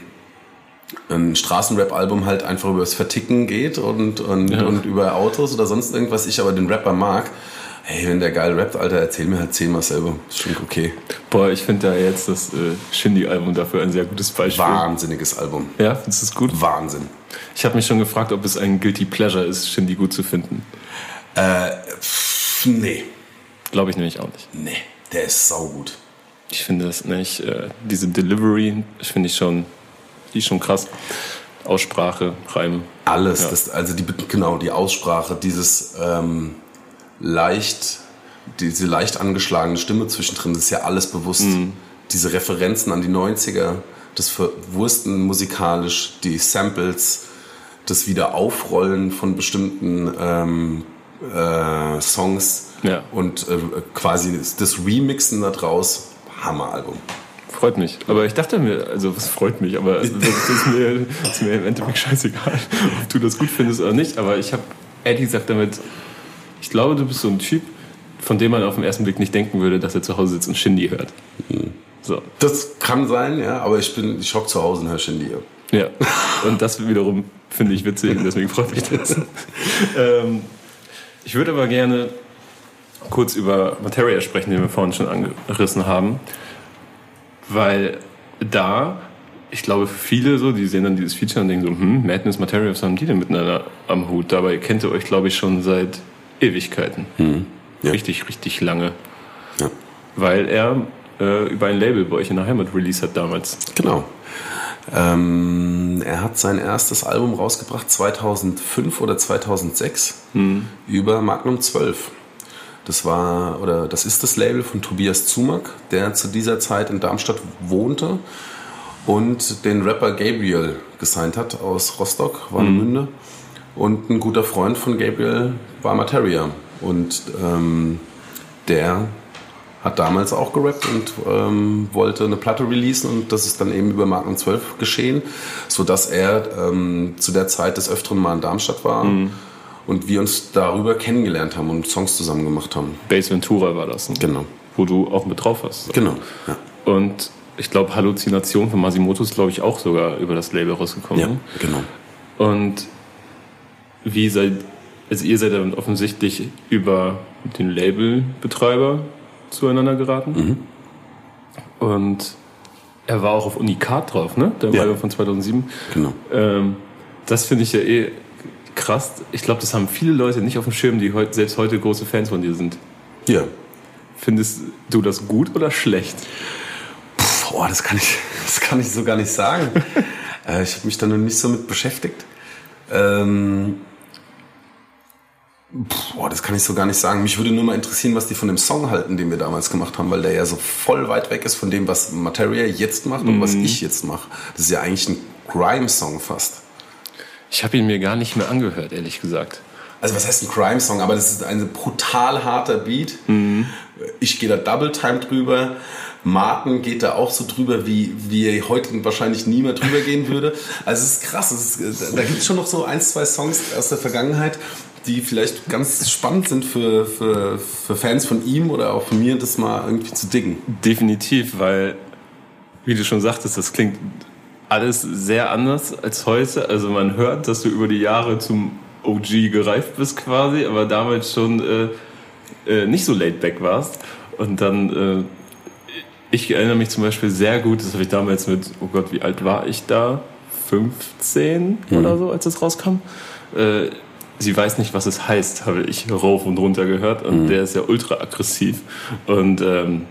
ein Straßenrap-Album halt einfach über das Verticken geht und, und, ja. und über Autos oder sonst irgendwas, ich aber den Rapper mag, hey, wenn der geil rappt, Alter, erzähl mir halt zehnmal selber. Ist schon okay. Boah, ich finde da jetzt das äh, Shindy-Album dafür ein sehr gutes Beispiel. Wahnsinniges Album. Ja, findest du es gut? Wahnsinn. Ich habe mich schon gefragt, ob es ein Guilty Pleasure ist, Shindy gut zu finden. Äh, pff, nee. Glaube ich nämlich auch nicht. Nee, der ist saugut. Ich finde das nicht. Äh, diese Delivery finde ich schon, die ist schon krass. Aussprache, Reim. Alles, ja. das, also die, genau, die Aussprache, dieses ähm, leicht, diese leicht angeschlagene Stimme zwischendrin, das ist ja alles bewusst. Mhm. Diese Referenzen an die neunziger, das Verwursten musikalisch, die Samples, das Wiederaufrollen von bestimmten ähm, äh, Songs ja. und äh, quasi das, das Remixen da draus, Hammeralbum. Freut mich. Aber ich dachte mir, also was freut mich, aber das ist mir, das ist mir im Endeffekt scheißegal, ob du das gut findest oder nicht. Aber ich habe ehrlich gesagt damit, ich glaube, du bist so ein Typ, von dem man auf den ersten Blick nicht denken würde, dass er zu Hause sitzt und Shindy hört. Mhm. So. Das kann sein, ja, aber ich bin, ich hock zu Hause und höre Shindy. Ja, und das wiederum Finde ich witzig und deswegen freut mich das. ähm, ich würde aber gerne kurz über Materia sprechen, den wir vorhin schon angerissen haben, weil da, ich glaube, für viele so, die sehen dann dieses Feature und denken so, hm, Madness, Materia, was haben die denn miteinander am Hut? Dabei kennt ihr euch, glaube ich, schon seit Ewigkeiten. Hm. Ja. Richtig, richtig lange. Ja. Weil er äh, über ein Label bei euch in der Heimat released hat damals. Genau. Ähm, er hat sein erstes Album rausgebracht zweitausendfünf oder zweitausendsechs hm. über Magnum zwölf. Das war, oder das ist das Label von Tobias Zumack, der zu dieser Zeit in Darmstadt wohnte und den Rapper Gabriel gesigned hat aus Rostock, Warnemünde. Mhm. Und ein guter Freund von Gabriel war Materia. Und ähm, der hat damals auch gerappt und ähm, wollte eine Platte releasen und das ist dann eben über Magnum zwölf geschehen, sodass er ähm, zu der Zeit des Öfteren mal in Darmstadt war. Mhm. Und wir uns darüber kennengelernt haben und Songs zusammen gemacht haben. Base Ventura war das, ne? Genau. Wo du auch mit drauf warst. Genau, ja. Und ich glaube, Halluzination von Masimoto ist, glaube ich, auch sogar über das Label rausgekommen. Ja, ne? genau. Und wie seid, also ihr seid dann offensichtlich über den Labelbetreiber zueinander geraten. Mhm. Und er war auch auf Unikat drauf, ne? Der ja. Album von zweitausendsieben. Genau. Ähm, das finde ich ja eh krass. Ich glaube, das haben viele Leute nicht auf dem Schirm, die heut, selbst heute große Fans von dir sind. Ja. Findest du das gut oder schlecht? Puh, oh, das kann ich, das kann ich so gar nicht sagen. äh, ich habe mich da noch nicht so mit beschäftigt. Ähm, puh, oh, das kann ich so gar nicht sagen. Mich würde nur mal interessieren, was die von dem Song halten, den wir damals gemacht haben, weil der ja so voll weit weg ist von dem, was Materia jetzt macht und mhm. was ich jetzt mache. Das ist ja eigentlich ein Grime-Song fast. Ich habe ihn mir gar nicht mehr angehört, ehrlich gesagt. Also was heißt ein Crime-Song? Aber das ist ein brutal harter Beat. Mhm. Ich gehe da Double-Time drüber. Martin geht da auch so drüber, wie, wie heute wahrscheinlich niemand drüber gehen würde. Also es ist krass. Es ist, da gibt es schon noch so ein, zwei Songs aus der Vergangenheit, die vielleicht ganz spannend sind für, für, für Fans von ihm oder auch von mir, das mal irgendwie zu diggen. Definitiv, weil, wie du schon sagtest, das klingt alles sehr anders als heute. Also man hört, dass du über die Jahre zum O G gereift bist quasi, aber damals schon äh, äh, nicht so laid back warst. Und dann, äh, ich erinnere mich zum Beispiel sehr gut, das habe ich damals mit, oh Gott, wie alt war ich da? fünfzehn mhm. oder so, als das rauskam. Äh, Sie weiß nicht, was es heißt, habe ich rauf und runter gehört. Und mhm. der ist ja ultra aggressiv. Und ähm,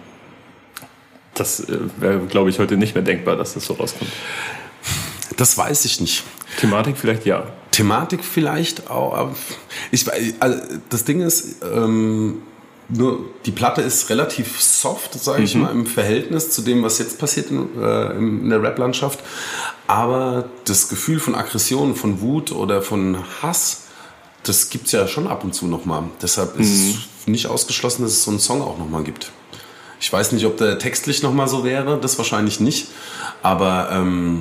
das wäre, glaube ich, heute nicht mehr denkbar, dass das so rauskommt. Das weiß ich nicht. Thematik vielleicht ja. Thematik vielleicht auch. Ich, also das Ding ist, ähm, nur die Platte ist relativ soft, sage ich mhm. mal, im Verhältnis zu dem, was jetzt passiert in, äh, in der Rap-Landschaft. Aber das Gefühl von Aggression, von Wut oder von Hass, das gibt es ja schon ab und zu nochmal. Deshalb mhm. ist es nicht ausgeschlossen, dass es so einen Song auch nochmal gibt. Ich weiß nicht, ob der textlich nochmal so wäre, das wahrscheinlich nicht. Aber ähm,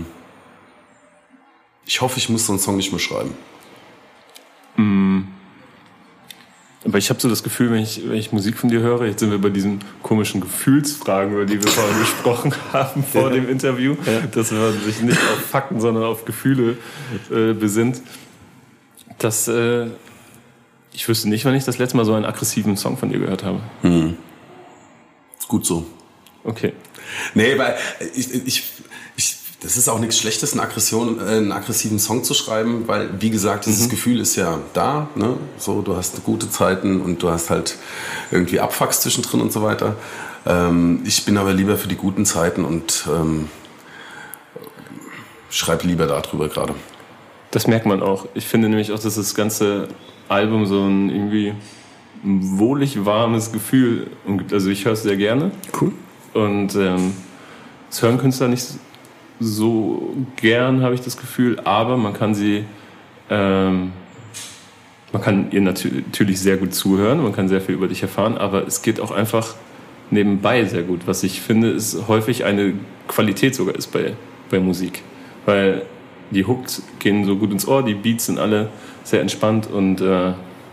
ich hoffe, ich muss so einen Song nicht mehr schreiben. Mhm. Aber ich habe so das Gefühl, wenn ich, wenn ich Musik von dir höre, jetzt sind wir bei diesen komischen Gefühlsfragen, über die wir vorhin gesprochen haben vor ja. dem Interview, ja. dass man sich nicht auf Fakten, sondern auf Gefühle äh, besinnt. Dass äh, ich wüsste nicht, wann ich das letzte Mal so einen aggressiven Song von dir gehört habe. Hm. Ist gut so. Okay. Nee, weil ich, ich, ich, das ist auch nichts Schlechtes, eine Aggression, einen aggressiven Song zu schreiben, weil, wie gesagt, dieses mhm. Gefühl ist ja da, ne? So, du hast gute Zeiten und du hast halt irgendwie Abfucks zwischendrin und so weiter. Ähm, ich bin aber lieber für die guten Zeiten und ähm, schreibe lieber darüber gerade. Das merkt man auch. Ich finde nämlich auch, dass das ganze Album so ein irgendwie wohlig warmes Gefühl, also ich höre es sehr gerne. Cool. Und ähm, das hören Künstler nicht so gern, habe ich das Gefühl, aber man kann sie, ähm, man kann ihr natürlich sehr gut zuhören, man kann sehr viel über dich erfahren, aber es geht auch einfach nebenbei sehr gut, was ich finde, ist häufig eine Qualität sogar ist bei, bei Musik, weil die Hooks gehen so gut ins Ohr, die Beats sind alle sehr entspannt und äh,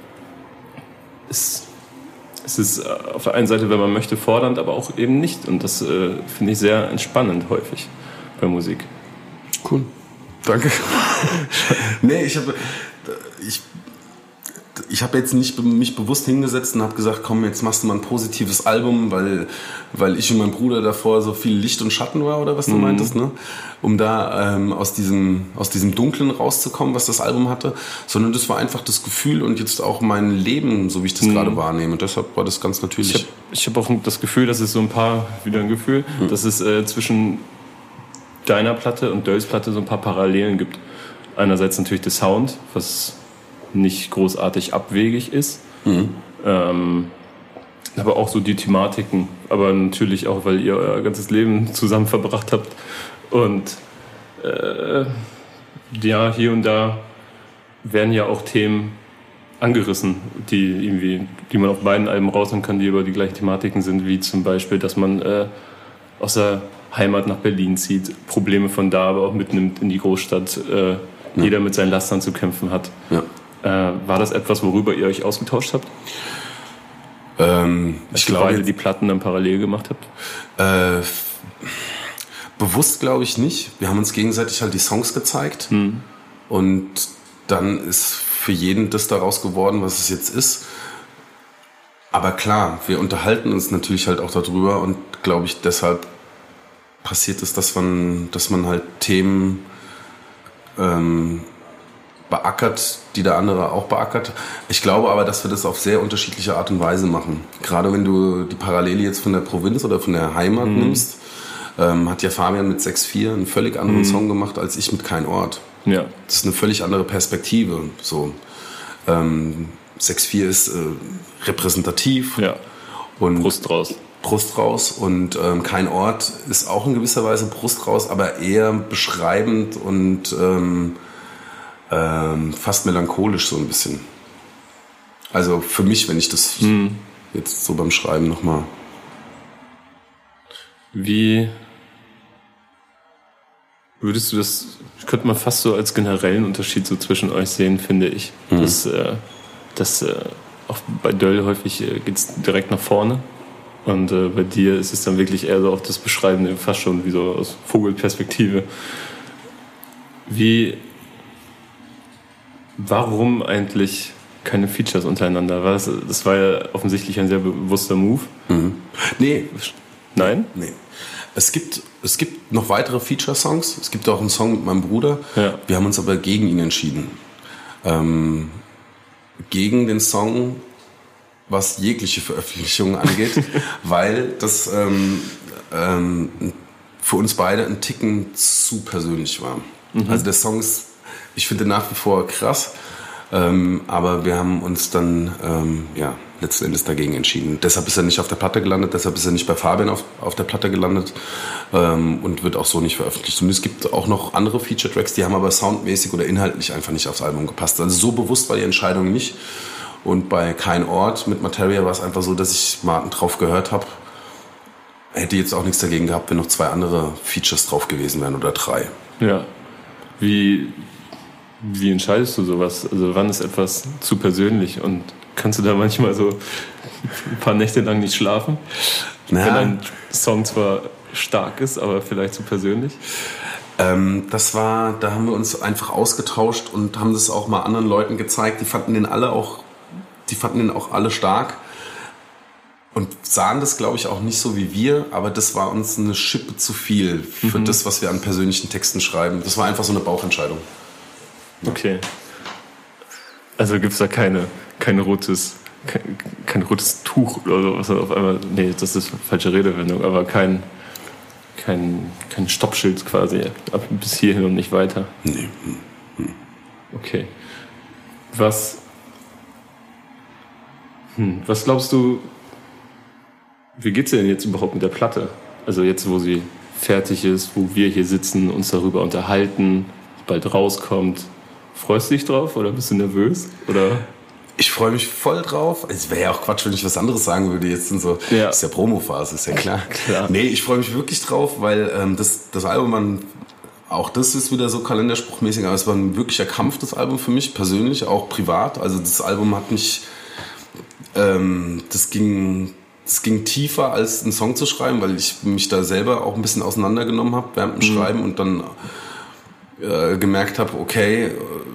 es, es ist auf der einen Seite, wenn man möchte, fordernd, aber auch eben nicht. Und das äh, finde ich sehr entspannend häufig bei Musik. Cool. Danke. Nee, ich habe ich, ich hab jetzt nicht mich bewusst hingesetzt und habe gesagt, komm, jetzt machst du mal ein positives Album, weil, weil ich und mein Bruder davor so viel Licht und Schatten war, oder was du mhm. meintest, ne? Um da ähm, aus, diesem, aus diesem Dunklen rauszukommen, was das Album hatte, sondern das war einfach das Gefühl und jetzt auch mein Leben, so wie ich das mhm. gerade wahrnehme. Und deshalb war das ganz natürlich. Ich habe ich hab auch das Gefühl, dass es so ein paar, wieder ein Gefühl, mhm. dass es äh, zwischen deiner Platte und Dölls Platte so ein paar Parallelen gibt. Einerseits natürlich der Sound, was nicht großartig abwegig ist, mhm. ähm, aber auch so die Thematiken, aber natürlich auch, weil ihr euer ganzes Leben zusammen verbracht habt und äh, ja, hier und da werden ja auch Themen angerissen, die irgendwie, die man auf beiden Alben raushören kann, die über die gleichen Thematiken sind, wie zum Beispiel, dass man äh, aus der Heimat nach Berlin zieht, Probleme von da aber auch mitnimmt in die Großstadt, äh, ja. jeder mit seinen Lastern zu kämpfen hat. Ja. Äh, war das etwas, worüber ihr euch ausgetauscht habt? Ähm, Als ich glaube, beide die Platten dann parallel gemacht habt? Äh, f- bewusst glaube ich nicht. Wir haben uns gegenseitig halt die Songs gezeigt hm. und dann ist für jeden das daraus geworden, was es jetzt ist. Aber klar, wir unterhalten uns natürlich halt auch darüber und glaube ich deshalb passiert es, dass man, dass man halt Themen ähm, beackert, die der andere auch beackert. Ich glaube aber, dass wir das auf sehr unterschiedliche Art und Weise machen. Gerade wenn du die Parallele jetzt von der Provinz oder von der Heimat mhm. nimmst, ähm, hat ja Fabian mit sechs vier einen völlig anderen mhm. Song gemacht als ich mit Kein Ort. Ja. Das ist eine völlig andere Perspektive. So. Ähm, sechs vier ist äh, repräsentativ. Ja. Und Brust raus. Brust raus und ähm, Kein Ort ist auch in gewisser Weise Brust raus, aber eher beschreibend und ähm, ähm, fast melancholisch so ein bisschen. Also für mich, wenn ich das hm. jetzt so beim Schreiben nochmal. Wie würdest du das, könnte man fast so als generellen Unterschied so zwischen euch sehen, finde ich. Hm. Dass, äh, dass äh, auch bei Döll häufig äh, geht es direkt nach vorne. Und äh, bei dir ist es dann wirklich eher so auf das Beschreibende, fast schon wie so aus Vogelperspektive. Wie, warum eigentlich keine Features untereinander? War das, das war ja offensichtlich ein sehr bewusster Move. Mhm. Nee. Nein? Nee. Es gibt, es gibt noch weitere Feature-Songs. Es gibt auch einen Song mit meinem Bruder. Ja. Wir haben uns aber gegen ihn entschieden. Ähm, gegen den Song, was jegliche Veröffentlichungen angeht, weil das ähm, ähm, für uns beide ein Ticken zu persönlich war. Mhm. Also der Song ist, ich finde nach wie vor krass, ähm, aber wir haben uns dann ähm, ja, letzten Endes dagegen entschieden. Deshalb ist er nicht auf der Platte gelandet, deshalb ist er nicht bei Fabian auf, auf der Platte gelandet ähm, und wird auch so nicht veröffentlicht. Und es gibt auch noch andere Feature-Tracks, die haben aber soundmäßig oder inhaltlich einfach nicht aufs Album gepasst. Also so bewusst war die Entscheidung nicht. Und bei Kein Ort mit Materia war es einfach so, dass ich Martin drauf gehört habe. Hätte jetzt auch nichts dagegen gehabt, wenn noch zwei andere Features drauf gewesen wären oder drei. Ja. Wie, wie entscheidest du sowas? Also wann ist etwas zu persönlich? Und kannst du da manchmal so ein paar Nächte lang nicht schlafen? Naja. Wenn ein Song zwar stark ist, aber vielleicht zu persönlich? Ähm, das war, da haben wir uns einfach ausgetauscht und haben das auch mal anderen Leuten gezeigt. Die fanden den alle auch Die fanden ihn auch alle stark und sahen das, glaube ich, auch nicht so wie wir, aber das war uns eine Schippe zu viel für mhm. das, was wir an persönlichen Texten schreiben. Das war einfach so eine Bauchentscheidung. Ja. Okay. Also gibt es da keine, keine rotes, kein, kein rotes Tuch oder so, was auf einmal, nee, das ist falsche Redewendung, aber kein, kein, kein Stoppschild quasi, ab bis hierhin und nicht weiter. Nee. Hm. Okay. Was... Hm, was glaubst du, wie geht's dir denn jetzt überhaupt mit der Platte? Also jetzt, wo sie fertig ist, wo wir hier sitzen, uns darüber unterhalten, bald rauskommt. Freust du dich drauf oder bist du nervös? Oder? Ich freue mich voll drauf. Es wäre ja auch Quatsch, wenn ich was anderes sagen würde. Jetzt sind so, ja. Das ist ja Promophase, ist ja klar. klar. Nee, ich freue mich wirklich drauf, weil ähm, das, das Album, man, auch das ist wieder so kalenderspruchmäßig, aber es war ein wirklicher Kampf, das Album für mich persönlich, auch privat. Also das Album hat mich... Ähm, das ging, das ging tiefer als einen Song zu schreiben, weil ich mich da selber auch ein bisschen auseinandergenommen habe während dem mhm. Schreiben und dann äh, gemerkt habe, okay,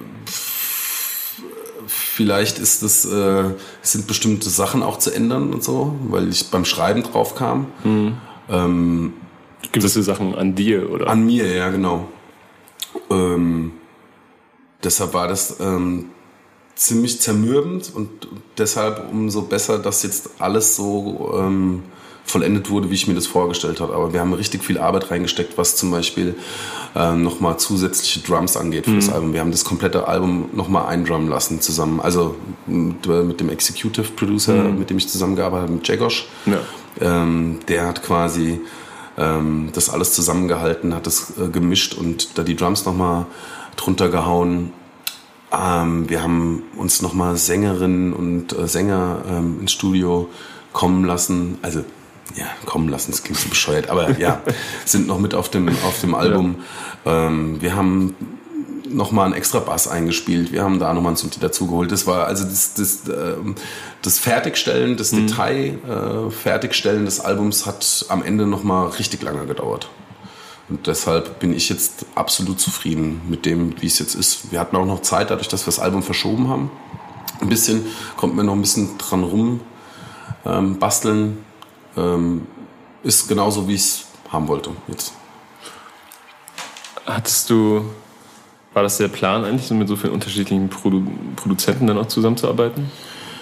vielleicht ist es, äh, sind bestimmte Sachen auch zu ändern und so, weil ich beim Schreiben drauf kam. Mhm. Ähm, Gewisse Sachen an dir, oder? An mir, ja, genau. Ähm, deshalb war das ähm, ziemlich zermürbend und deshalb umso besser, dass jetzt alles so ähm, vollendet wurde, wie ich mir das vorgestellt habe. Aber wir haben richtig viel Arbeit reingesteckt, was zum Beispiel ähm, nochmal zusätzliche Drums angeht für mhm. das Album. Wir haben das komplette Album nochmal eindrummen lassen zusammen. Also mit, mit dem Executive Producer, mhm. mit dem ich zusammengearbeitet habe, mit Jagosh. Ja. Ähm, der hat quasi ähm, das alles zusammengehalten, hat das äh, gemischt und da die Drums nochmal drunter gehauen. Ähm, wir haben uns nochmal Sängerinnen und äh, Sänger ähm, ins Studio kommen lassen. Also ja, kommen lassen, das klingt so bescheuert, aber ja, sind noch mit auf dem, auf dem Album. Ja. Ähm, wir haben nochmal einen extra Bass eingespielt, wir haben da nochmal einen Synthi dazugeholt. Das war also das, das, das Fertigstellen, das mhm. Detail äh, Fertigstellen des Albums hat am Ende nochmal richtig lange gedauert. Und deshalb bin ich jetzt absolut zufrieden mit dem, wie es jetzt ist. Wir hatten auch noch Zeit, dadurch, dass wir das Album verschoben haben. Ein bisschen, konnten wir noch ein bisschen dran rum ähm, basteln. Ähm, ist genauso, wie ich es haben wollte jetzt. Hattest du, war das der Plan eigentlich, so mit so vielen unterschiedlichen Produ- Produzenten dann auch zusammenzuarbeiten?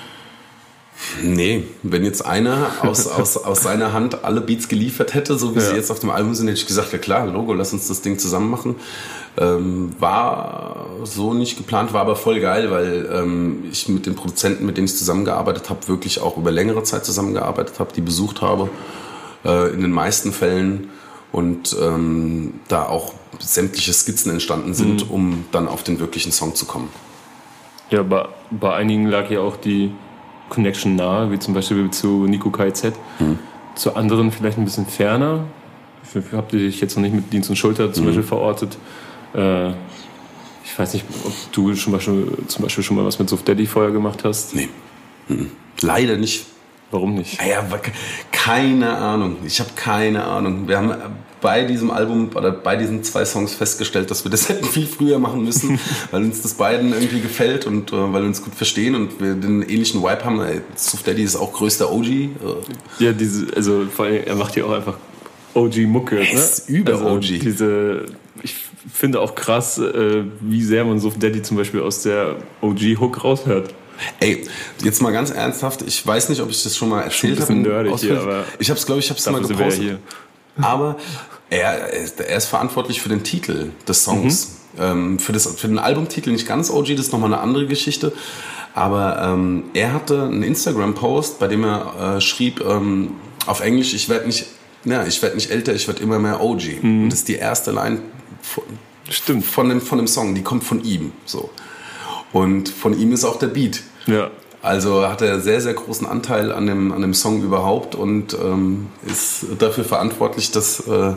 Nee, wenn jetzt einer aus, aus, aus seiner Hand alle Beats geliefert hätte, so wie ja. sie jetzt auf dem Album sind, hätte ich gesagt, ja klar, Logo, lass uns das Ding zusammen machen. Ähm, war so nicht geplant, war aber voll geil, weil ähm, ich mit den Produzenten, mit denen ich zusammengearbeitet habe, wirklich auch über längere Zeit zusammengearbeitet habe, die besucht habe, äh, in den meisten Fällen und ähm, da auch sämtliche Skizzen entstanden sind, mhm. um dann auf den wirklichen Song zu kommen. Ja, bei, bei einigen lag ja auch die Connection nahe, wie zum Beispiel zu Nico K Z. Mhm. Zu anderen vielleicht ein bisschen ferner. Ich habe dich jetzt noch nicht mit Dienst und Schulter zum mhm. Beispiel verortet. Äh, ich weiß nicht, ob du schon mal, schon, zum Beispiel schon mal was mit Soft Daddy vorher gemacht hast. Nee, mhm. leider nicht. Warum nicht? Ja, keine Ahnung. Ich habe keine Ahnung. Wir haben bei diesem Album oder bei diesen zwei Songs festgestellt, dass wir das hätten viel früher machen müssen, weil uns das beiden irgendwie gefällt und äh, weil wir uns gut verstehen und wir den ähnlichen Vibe haben. Soft Daddy ist auch größter O G. Ja, diese, also vor allem, er macht ja auch einfach O G-Mucke. Ne? Ist über also O G. Diese, ich finde auch krass, äh, wie sehr man Soft Daddy zum Beispiel aus der O G-Hook raushört. Ey, jetzt mal ganz ernsthaft, ich weiß nicht, ob ich das schon mal erzählt habe. Ich habe es, glaube ich, habe es mal gepostet. Hier. Aber er, er ist verantwortlich für den Titel des Songs. Mhm. Ähm, für, das, für den Albumtitel nicht ganz O G, das ist nochmal eine andere Geschichte. Aber ähm, er hatte einen Instagram-Post, bei dem er äh, schrieb ähm, auf Englisch, ich werde nicht, ja, ich werde nicht älter, ich werde immer mehr O G. Mhm. Und das ist die erste Line von, Stimmt. Von, dem, von dem Song, die kommt von ihm. So. Und von ihm ist auch der Beat. Ja. Also hat er sehr, sehr großen Anteil an dem, an dem Song überhaupt und ähm, ist dafür verantwortlich, dass, äh,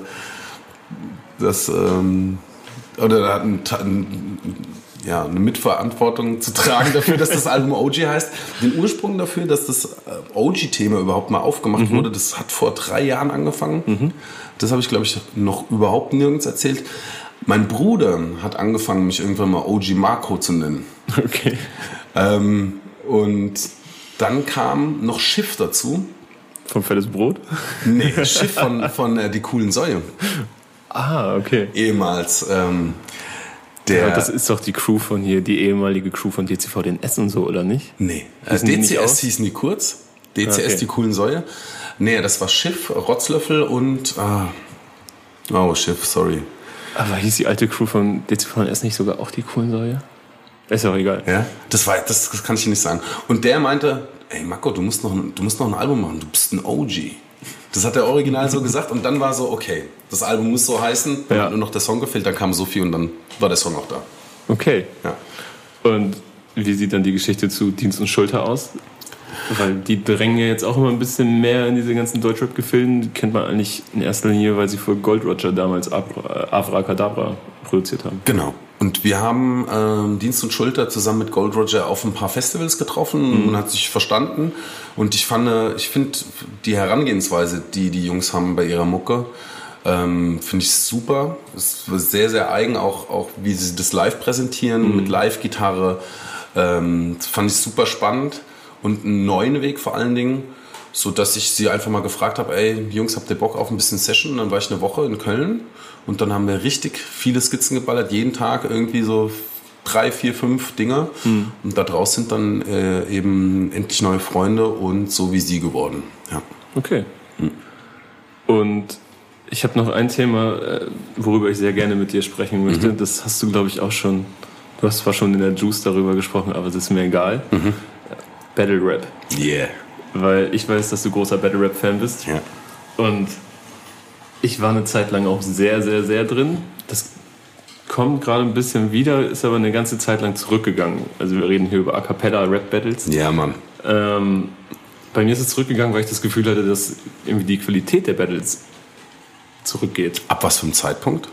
dass ähm, oder hat ein, ein, ja, eine Mitverantwortung zu tragen dafür, dass das Album O G heißt. Den Ursprung dafür, dass das O G-Thema überhaupt mal aufgemacht mhm. wurde, das hat vor drei Jahren angefangen. Mhm. Das habe ich, glaube ich, noch überhaupt nirgends erzählt. Mein Bruder hat angefangen, mich irgendwann mal O G Marco zu nennen. Okay. Ähm, und dann kam noch Schiff dazu. Von Fettes Brot? Nee, Schiff von, von äh, Die coolen Säue. Ah, okay. Ehemals. Ähm, der ja, das ist doch die Crew von hier, die ehemalige Crew von D C V D N S und so, oder nicht? Nee, äh, D C S hießen die kurz. D C S, okay. Die coolen Säue. Nee, das war Schiff, Rotzlöffel und... Ah, oh, Schiff, sorry. Aber hieß die alte Crew von D C V D N S nicht sogar auch die coolen Säue? Ist ja auch egal. Ja, das, war, das, das kann ich nicht sagen. Und der meinte, ey Marco, du musst, noch ein, du musst noch ein Album machen, du bist ein O G. Das hat der Original so gesagt und dann war so, okay, das Album muss so heißen, dann ja. hat nur noch der Song gefehlt, dann kam Sophie und dann war der Song auch da. Okay. Ja. Und wie sieht dann die Geschichte zu Dienst und Schulter aus? Weil die drängen ja jetzt auch immer ein bisschen mehr in diese ganzen Deutschrap-Gefilden. Die kennt man eigentlich in erster Linie, weil sie für Gold Roger damals Avracadabra produziert haben. Genau. Und wir haben ähm, Dienst und Schulter zusammen mit Gold Roger auf ein paar Festivals getroffen. Mhm. Man hat sich verstanden. Und ich fand, ich finde die Herangehensweise, die die Jungs haben bei ihrer Mucke, Ähm, Finde ich super. Es ist sehr, sehr eigen, auch, auch wie sie das live präsentieren, mhm. mit Live-Gitarre. Ähm, das fand ich super spannend und einen neuen Weg vor allen Dingen, so dass ich sie einfach mal gefragt habe, ey Jungs, habt ihr Bock auf ein bisschen Session? Und dann war ich eine Woche in Köln und dann haben wir richtig viele Skizzen geballert, jeden Tag irgendwie so drei, vier, fünf Dinge. Mhm. Und daraus sind dann äh, eben endlich neue Freunde und so wie sie geworden. Ja. Okay. Mhm. Und ich habe noch ein Thema, worüber ich sehr gerne mit dir sprechen möchte. Mhm. Das hast du, glaube ich, auch schon, du hast zwar schon in der Juice darüber gesprochen, aber es ist mir egal. Mhm. Battle Rap. Yeah. Weil ich weiß, dass du großer Battle Rap Fan bist. Ja. Und ich war eine Zeit lang auch sehr, sehr, sehr drin. Das kommt gerade ein bisschen wieder, ist aber eine ganze Zeit lang zurückgegangen. Also wir reden hier über A Cappella Rap Battles. Ja, Mann. Ähm, bei mir ist es zurückgegangen, weil ich das Gefühl hatte, dass irgendwie die Qualität der Battles zurückgeht. Ab was für einem Zeitpunkt?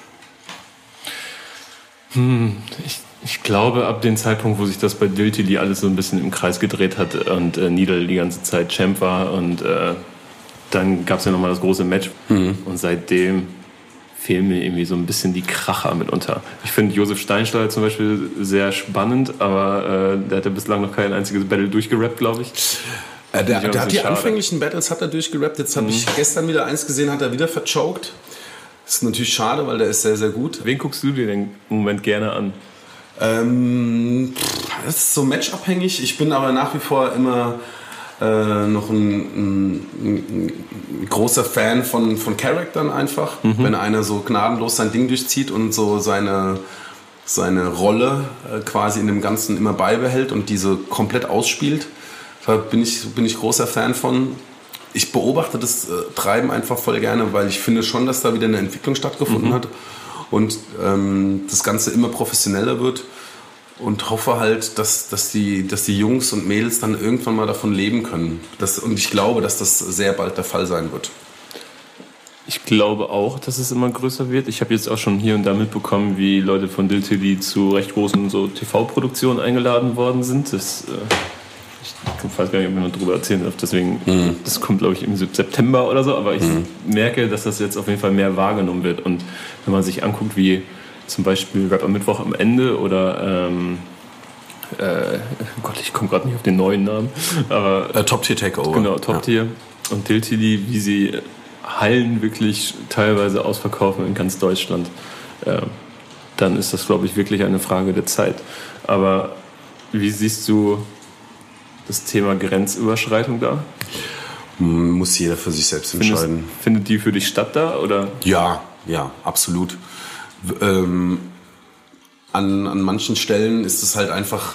Hm, ich, ich glaube, ab dem Zeitpunkt, wo sich das bei Diltily alles so ein bisschen im Kreis gedreht hat und äh, Needle die ganze Zeit Champ war und äh, dann gab es ja nochmal das große Match mhm. und seitdem fehlen mir irgendwie so ein bisschen die Kracher mitunter. Ich finde Josef Steinsteiger zum Beispiel sehr spannend, aber äh, der hatte bislang noch kein einziges Battle durchgerappt, glaube ich. Äh, der der hat die schade. anfänglichen Battles hat er durchgerappt. Jetzt habe mhm. ich gestern wieder eins gesehen, hat er wieder verchoked. Das ist natürlich schade, weil der ist sehr, sehr gut. Wen guckst du dir denn im Moment gerne an? Ähm, das ist so matchabhängig. Ich bin aber nach wie vor immer äh, noch ein, ein, ein großer Fan von, von Charaktern einfach. Mhm. Wenn einer so gnadenlos sein Ding durchzieht und so seine, seine Rolle äh, quasi in dem Ganzen immer beibehält und diese komplett ausspielt. Da bin ich, bin ich großer Fan von. Ich beobachte das äh, Treiben einfach voll gerne, weil ich finde schon, dass da wieder eine Entwicklung stattgefunden mhm. hat und ähm, das Ganze immer professioneller wird und hoffe halt, dass, dass, die, dass die Jungs und Mädels dann irgendwann mal davon leben können. Das, und ich glaube, dass das sehr bald der Fall sein wird. Ich glaube auch, dass es immer größer wird. Ich habe jetzt auch schon hier und da mitbekommen, wie Leute von Diltily zu recht großen so T V-Produktionen eingeladen worden sind. Das äh Ich weiß gar nicht, ob man darüber erzählen darf, deswegen, mhm. das kommt, glaube ich, im September oder so, aber ich mhm. merke, dass das jetzt auf jeden Fall mehr wahrgenommen wird. Und wenn man sich anguckt, wie zum Beispiel Rap am Mittwoch am Ende oder, ähm, äh, Gott, ich komme gerade nicht auf den neuen Namen, aber äh, Top Tier Takeover. Genau, Top Tier ja. und Diltily, wie sie Hallen wirklich teilweise ausverkaufen in ganz Deutschland, äh, dann ist das, glaube ich, wirklich eine Frage der Zeit. Aber wie siehst du das Thema Grenzüberschreitung da? Muss jeder für sich selbst entscheiden. Findest, findet die für dich statt da? Oder? Ja, ja, absolut. Ähm, an, an manchen Stellen ist es halt einfach,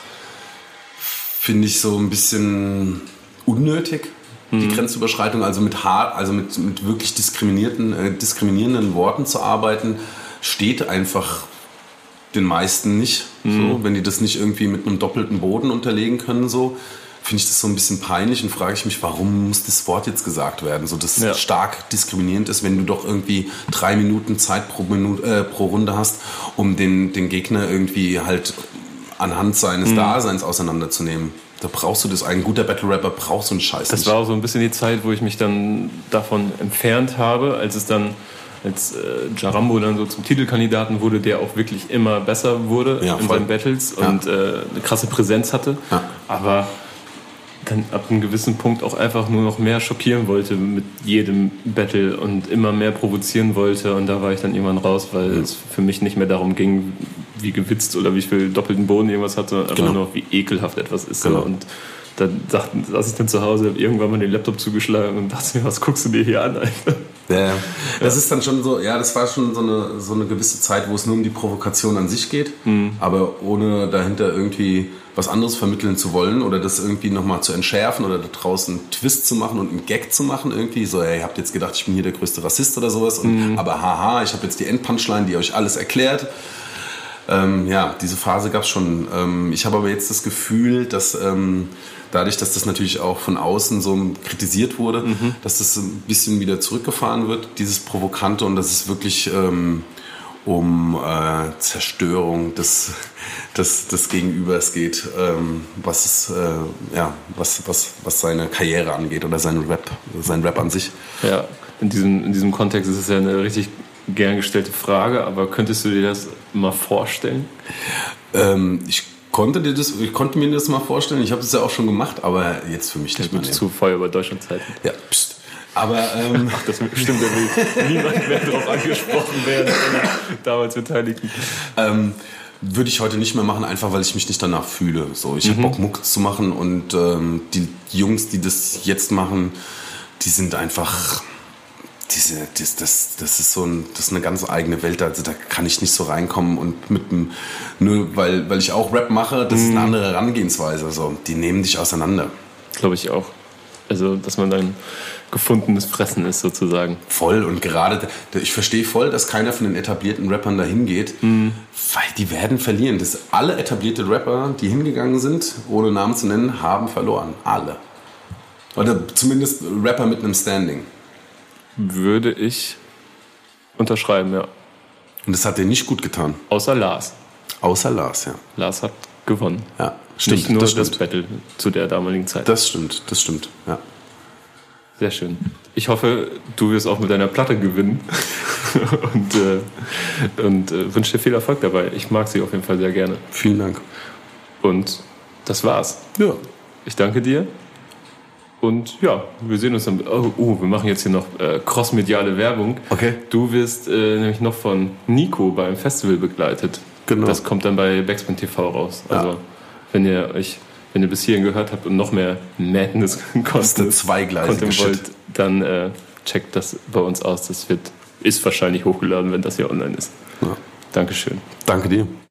finde ich, so ein bisschen unnötig, mhm. die Grenzüberschreitung. Also mit hart, also mit, mit wirklich diskriminierten, äh, diskriminierenden Worten zu arbeiten, steht einfach den meisten nicht. Mhm. So, wenn die das nicht irgendwie mit einem doppelten Boden unterlegen können, so. Finde ich das so ein bisschen peinlich und frage ich mich, warum muss das Wort jetzt gesagt werden, so dass es ja. stark diskriminierend ist, wenn du doch irgendwie drei Minuten Zeit pro, Minute, äh, pro Runde hast, um den, den Gegner irgendwie halt anhand seines mhm. Daseins auseinanderzunehmen. Da brauchst du das, ein guter Battle-Rapper braucht so einen Scheiß Das nicht. war auch so ein bisschen die Zeit, wo ich mich dann davon entfernt habe, als es dann als äh, Jarambo dann so zum Titelkandidaten wurde, der auch wirklich immer besser wurde ja, in voll. seinen Battles ja. und äh, eine krasse Präsenz hatte. Ja. Aber dann ab einem gewissen Punkt auch einfach nur noch mehr schockieren wollte mit jedem Battle und immer mehr provozieren wollte. Und da war ich dann irgendwann raus, weil mhm. es für mich nicht mehr darum ging, wie gewitzt oder wie viel doppelten Boden irgendwas hat, sondern einfach genau. nur, wie ekelhaft etwas ist. Genau. Und da dachten, saß ich dann zu Hause, habe irgendwann mal den Laptop zugeschlagen und dachte mir, was guckst du dir hier an? Ja, ja. Das ist dann schon so, ja, das war schon so eine, so eine gewisse Zeit, wo es nur um die Provokation an sich geht, mhm. aber ohne dahinter irgendwie was anderes vermitteln zu wollen oder das irgendwie nochmal zu entschärfen oder da draußen einen Twist zu machen und einen Gag zu machen irgendwie, so, ey, ihr habt jetzt gedacht, ich bin hier der größte Rassist oder sowas, und, mhm. aber haha, ich habe jetzt die Endpunchline, die euch alles erklärt. Ähm, ja, diese Phase gab es schon. Ähm, ich habe aber jetzt das Gefühl, dass ähm, dadurch, dass das natürlich auch von außen so kritisiert wurde, mhm. dass das ein bisschen wieder zurückgefahren wird, dieses Provokante, und dass es wirklich ähm, um äh, Zerstörung des, des, des Gegenübers geht, ähm, was, es, äh, ja, was, was, was seine Karriere angeht oder seinen Rap, sein Rap an sich. Ja, in diesem, in diesem Kontext ist es ja eine richtig gern gestellte Frage, aber könntest du dir das mal vorstellen? Ähm, ich konnte dir das, ich konnte mir das mal vorstellen, ich habe das ja auch schon gemacht, aber jetzt für mich nicht mehr. Zu Feuer über Deutschlandzeiten. Ja, pst. Aber, ähm, Ach, das stimmt, da will niemand mehr darauf angesprochen werden, damals Beteiligten. Ähm, würde ich heute nicht mehr machen, einfach weil ich mich nicht danach fühle. So, ich mhm. habe Bock, Mucke zu machen und ähm, die Jungs, die das jetzt machen, die sind einfach, diese, das, das, das ist so ein, das ist eine ganz eigene Welt. Also da kann ich nicht so reinkommen und mit dem, nur weil, weil ich auch Rap mache, das mhm. ist eine andere Herangehensweise. So, die nehmen dich auseinander. Glaube ich auch. Also, dass man dann gefundenes Fressen ist, sozusagen. Voll, und gerade, ich verstehe voll, dass keiner von den etablierten Rappern da hingeht, mhm. weil die werden verlieren. Das, alle etablierte Rapper, die hingegangen sind, ohne Namen zu nennen, haben verloren. Alle. Oder zumindest Rapper mit einem Standing. Würde ich unterschreiben, ja. Und das hat dir nicht gut getan. Außer Lars. Außer Lars, ja. Lars hat gewonnen. Ja, stimmt. Nicht nur das, das stimmt. Battle zu der damaligen Zeit. Das stimmt, das stimmt, ja. Sehr schön. Ich hoffe, du wirst auch mit deiner Platte gewinnen und, äh, und äh, wünsche dir viel Erfolg dabei. Ich mag sie auf jeden Fall sehr gerne. Vielen Dank. Und das war's. Ja. Ich danke dir. Und ja, wir sehen uns dann. Oh, oh wir machen jetzt hier noch äh, crossmediale Werbung. Okay. Du wirst äh, nämlich noch von Nico beim Festival begleitet. Genau. Das kommt dann bei Backspin T V raus. Also, ja. wenn ihr euch. Wenn ihr bis hierhin gehört habt und noch mehr Madness Content wollt, dann äh, checkt das bei uns aus. Das wird, ist wahrscheinlich hochgeladen, wenn das hier online ist. Ja. Dankeschön. Danke dir.